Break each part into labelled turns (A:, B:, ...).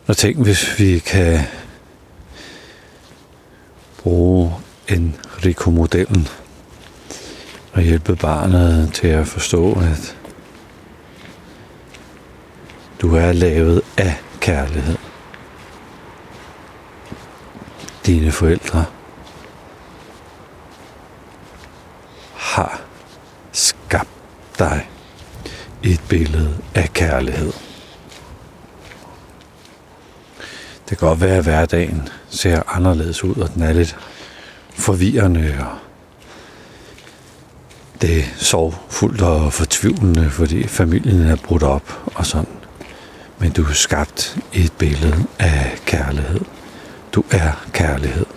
A: Og tænk, hvis vi kan bruge Enrico-modellen og hjælpe barnet til at forstå, at du er lavet af kærlighed. Dine forældre har skabt dig i et billede af kærlighed. Det kan godt være, at hverdagen ser anderledes ud, og den er lidt forvirrende, og det er sorgfuldt og fortvivlende, fordi familien er brudt op og sådan. Men du er skabt i et billede af kærlighed. Du er kærlighed.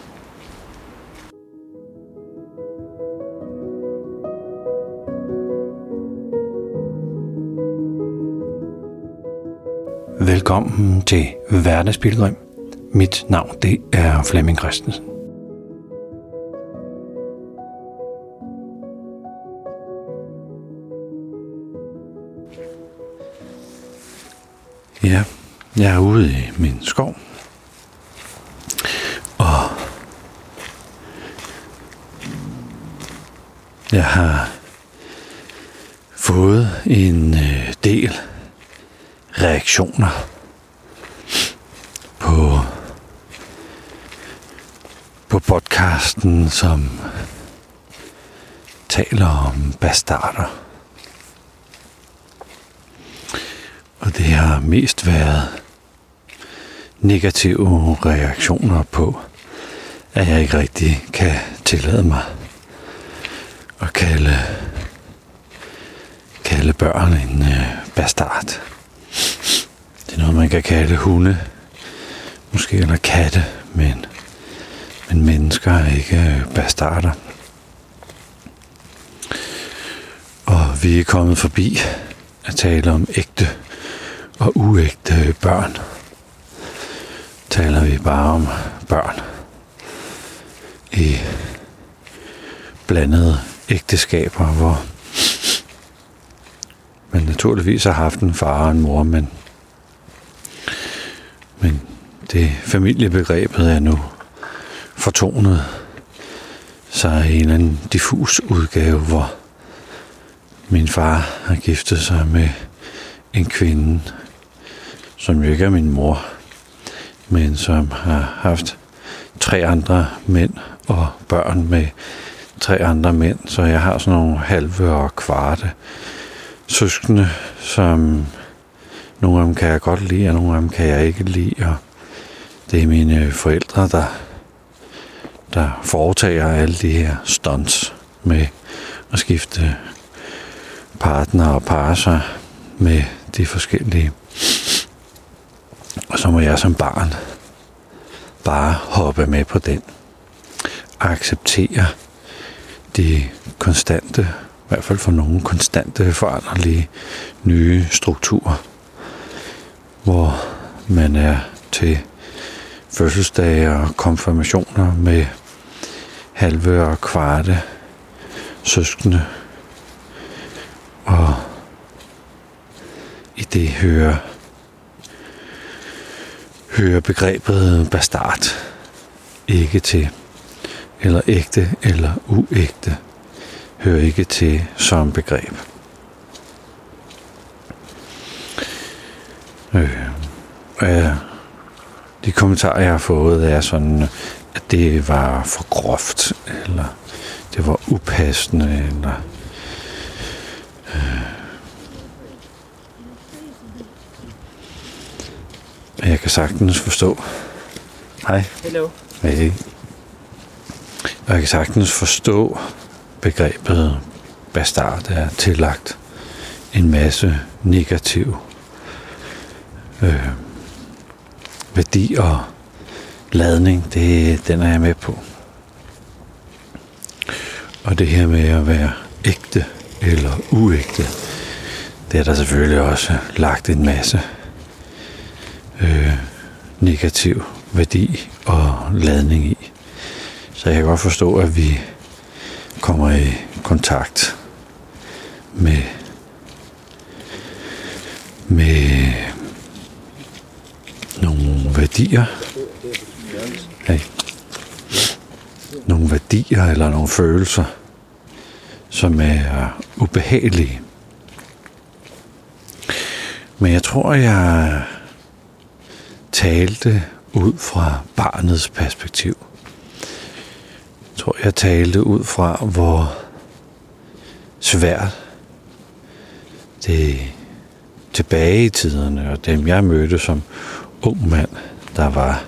A: Velkommen til Hverdagspilgrim. Mit navn, det er Flemming Christensen. Ja, jeg er ude i min skov. Og jeg har fået en del reaktioner på podcasten, som taler om bastarder. Og det har mest været negative reaktioner på, at jeg ikke rigtig kan tillade mig at kalde børn en bastard. Det er noget, man kan kalde hunde, måske, eller katte, men mennesker er ikke bastarder. Og vi er kommet forbi at tale om ægte og uægte børn. Taler vi bare om børn i blandede ægteskaber, hvor man naturligvis har haft en far og en mor, men det familiebegrebet er nu fortonet sig i en eller anden diffus udgave, hvor min far har giftet sig med en kvinde, som jo ikke er min mor, men som har haft 3 andre mænd og børn med 3 andre mænd, så jeg har sådan nogle halve og kvarte søskende, som nogle af dem kan jeg godt lide, og nogle af dem kan jeg ikke lide, og det er mine forældre, der foretager alle de her stunts med at skifte partner og parre sig med de forskellige. Og så må jeg som barn bare hoppe med på den. Acceptere de konstante, i hvert fald for nogle konstante foranderlige nye strukturer, hvor man er til fødselsdage og konfirmationer med halve og kvarte søskende, og i det hører begrebet bastard ikke til, eller ægte eller uægte hører ikke til som begreb. De kommentarer, jeg har fået, er sådan, at det var for groft, eller det var upassende, eller jeg kan sagtens forstå. Hej.
B: Hello.
A: Hej. Og jeg kan sagtens forstå begrebet bastard er tillagt en masse negativ værdi og ladning. Den er jeg med på. Og det her med at være ægte eller uægte, det er der selvfølgelig også lagt en masse negativ værdi og ladning i. Så jeg kan godt forstå, at vi kommer i kontakt med nogle værdier. Nogle værdier eller nogle følelser, som er ubehagelige. Men jeg tror, jeg talte ud fra barnets perspektiv. Jeg tror, jeg talte ud fra, hvor svært det tilbage i tiderne, og dem jeg mødte som ung mand, der var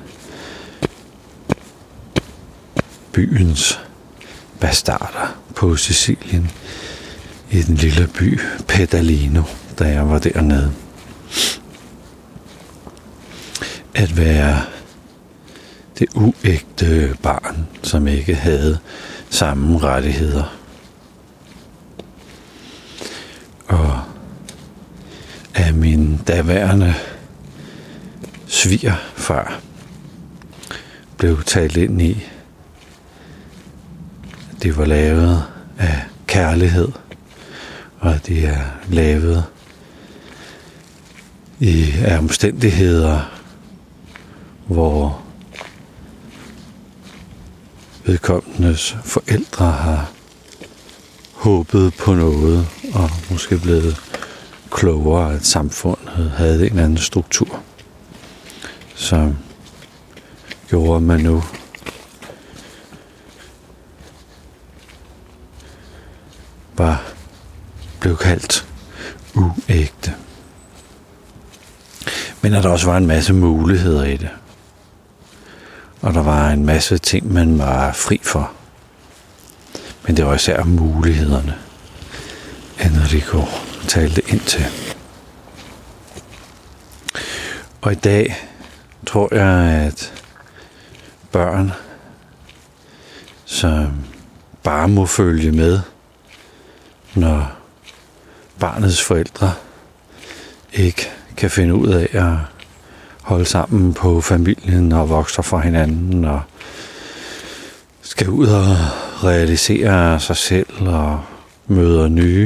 A: byens bastarder på Sicilien, i den lille by Pedalino, da jeg var dernede. At være det uægte barn, som ikke havde samme rettigheder. Og af min daværende svigerfar blev talt ind i, at det var lavet af kærlighed, og at det er lavet af omstændigheder, hvor vedkommendes forældre har håbet på noget, og måske blevet klogere, at samfundet havde en anden struktur, som gjorde, at man nu blev kaldt uægte. Men at der også var en masse muligheder i det. Og der var en masse ting, man var fri for. Men det var især mulighederne, Enrico talte ind til. Og i dag tror jeg, at børn, som bare må følge med, når barnets forældre ikke kan finde ud af at holde sammen på familien og vokser fra hinanden og skal ud og realisere sig selv og møder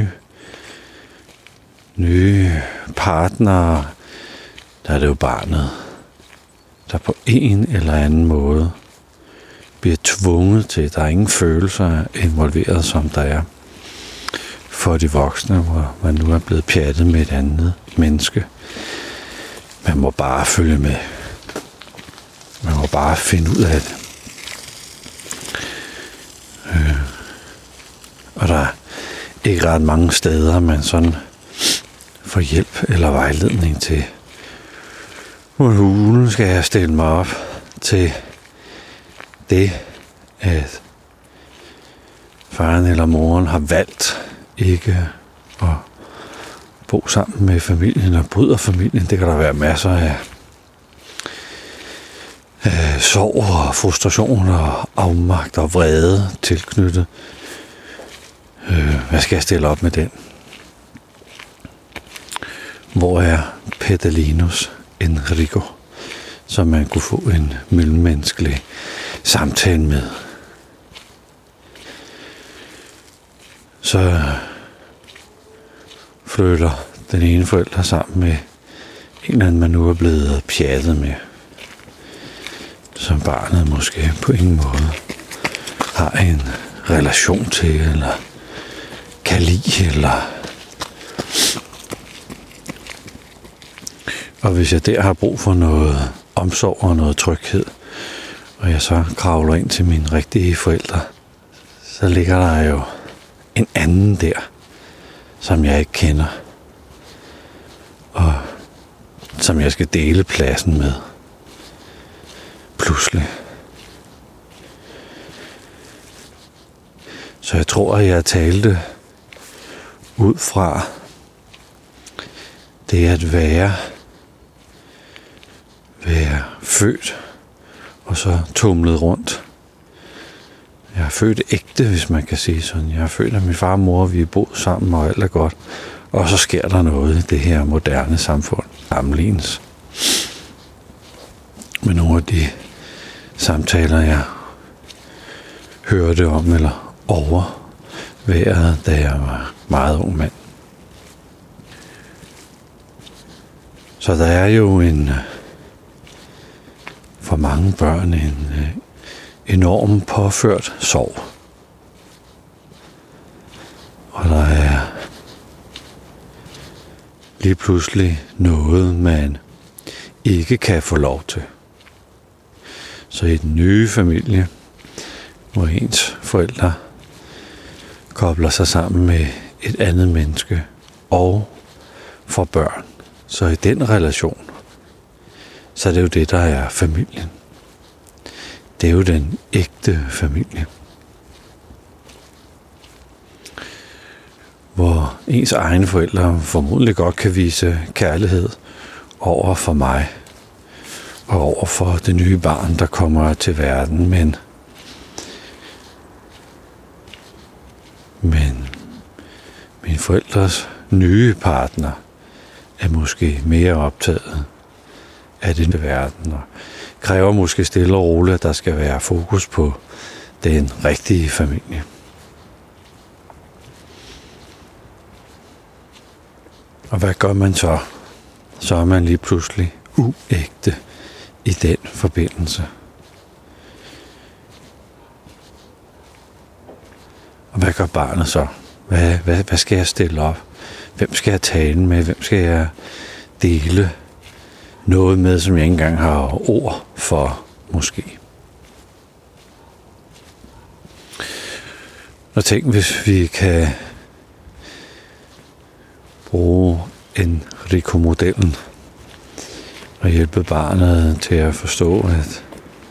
A: nye partnere, der er det jo barnet, der på en eller anden måde bliver tvunget til, der er ingen følelser involveret, som der er for de voksne, hvor man nu er blevet pjattet med et andet menneske. Man må bare følge med. Man må bare finde ud af det. Og der er ikke ret mange steder, man sådan får hjælp eller vejledning til, hvordan skal jeg stille mig op til det, at faren eller moren har valgt ikke at bo sammen med familien og bryder familien. Det kan der være masser af sorg og frustration og afmagt og vrede tilknyttet. Hvad skal jeg stille op med den? Hvor er Pedalinos Enrico, så man kunne få en mellemmenneskelig samtale med? Så flytter den ene forælder sammen med en eller anden, man nu er blevet pjattet med, som barnet måske på ingen måde har en relation til, eller kan lide, eller... Og hvis jeg der har brug for noget omsorg og noget tryghed, og jeg så kravler ind til mine rigtige forældre, så ligger der jo en anden der, som jeg ikke kender, og som jeg skal dele pladsen med. Pludselig. Så jeg tror, at jeg talte ud fra det at være født og så tumlet rundt. Jeg er født ægte, hvis man kan sige sådan. Jeg er født af min far og mor, vi er boet sammen, og alt er godt. Og så sker der noget i det her moderne samfund, sammenlignes med nogle af de samtaler, jeg hørte om eller overværede, da jeg var meget ung mand. Så der er jo for mange børn en enorm påført sorg. Og der er lige pludselig noget, man ikke kan få lov til. Så i den nye familie, hvor ens forældre kobler sig sammen med et andet menneske og får børn, så i den relation, så er det jo det, der er familien. Det er jo den ægte familie. Hvor ens egne forældre formodentlig godt kan vise kærlighed over for mig og over for det nye barn, der kommer til verden, men mine forældres nye partner er måske mere optaget af den verden, og kræver måske stille og roligt, at der skal være fokus på den rigtige familie. Og hvad gør man så? Så er man lige pludselig uægte i den forbindelse. Og hvad gør barnet så? Hvad skal jeg stille op? Hvem skal jeg tale med? Hvem skal jeg dele noget med, som jeg ikke engang har ord for, måske? Og tænk, hvis vi kan bruge Enrico-modellen og hjælpe barnet til at forstå, at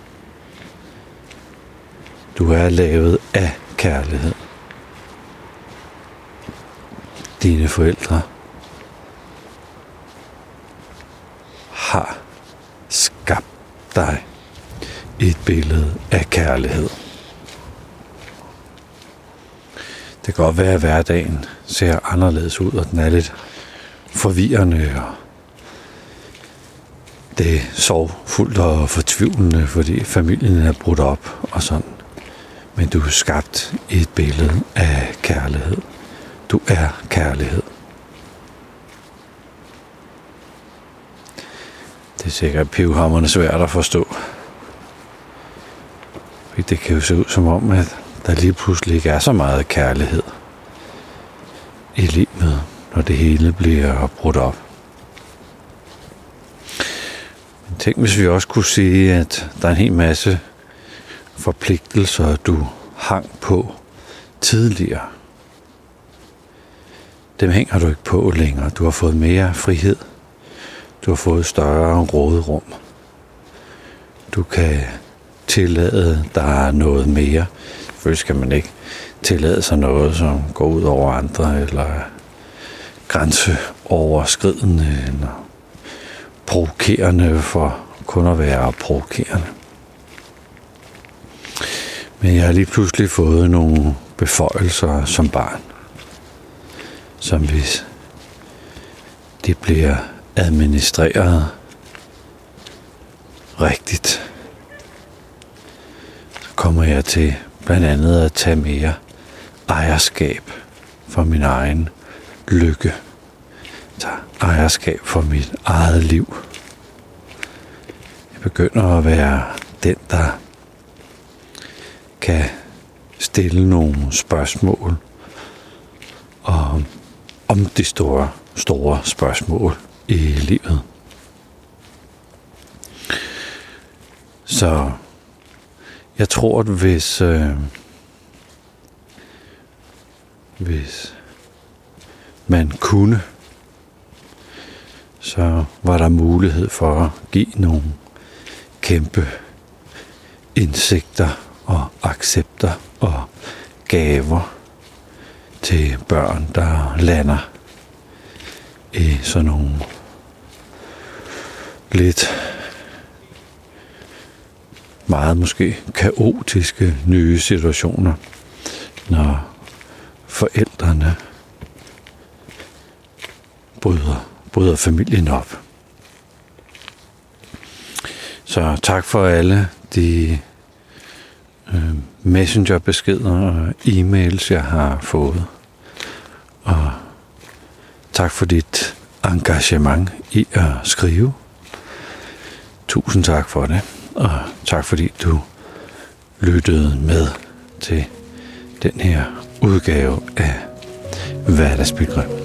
A: du er lavet af kærlighed. Dine forældre har skabt dig et billede af kærlighed. Det kan godt være, at hverdagen ser anderledes ud, og den er lidt forvirrende, og det er sorgfuldt og fortvivlende, fordi familien er brudt op og sådan. Men du er skabt i et billede af kærlighed. Du er kærlighed. Det er sikkert pivhamrende svært at forstå. Det kan jo se ud som om, at der lige pludselig ikke er så meget kærlighed i livet, når det hele bliver brudt op. Men tænk, hvis vi også kunne sige, at der er en hel masse forpligtelser, du hang på tidligere. Dem hænger du ikke på længere. Du har fået mere frihed. Du har fået større råderum. Du kan tillade dig noget mere. Selvfølgelig skal man ikke tillade sig noget, som går ud over andre, eller grænseoverskridende, eller provokerende for kun at være provokerende. Men jeg har lige pludselig fået nogle beføjelser som barn, som hvis det bliver administreret rigtigt, så kommer jeg til blandt andet at tage mere ejerskab for min egen lykke. Tage ejerskab for mit eget liv. Jeg begynder at være den, der kan stille nogle spørgsmål om de store spørgsmål i livet. Så jeg tror, at hvis man kunne, så var der mulighed for at give nogle kæmpe indsigter og accepter og gaver til børn, der lander i sådan nogle lidt meget måske kaotiske nye situationer, når forældrene bryder familien op. Så tak for alle de messengerbeskeder og e-mails, jeg har fået. Og tak for dit engagement i at skrive. Tusind tak for det. og tak fordi du lyttede med til den her udgave af Hverdagsbegreb.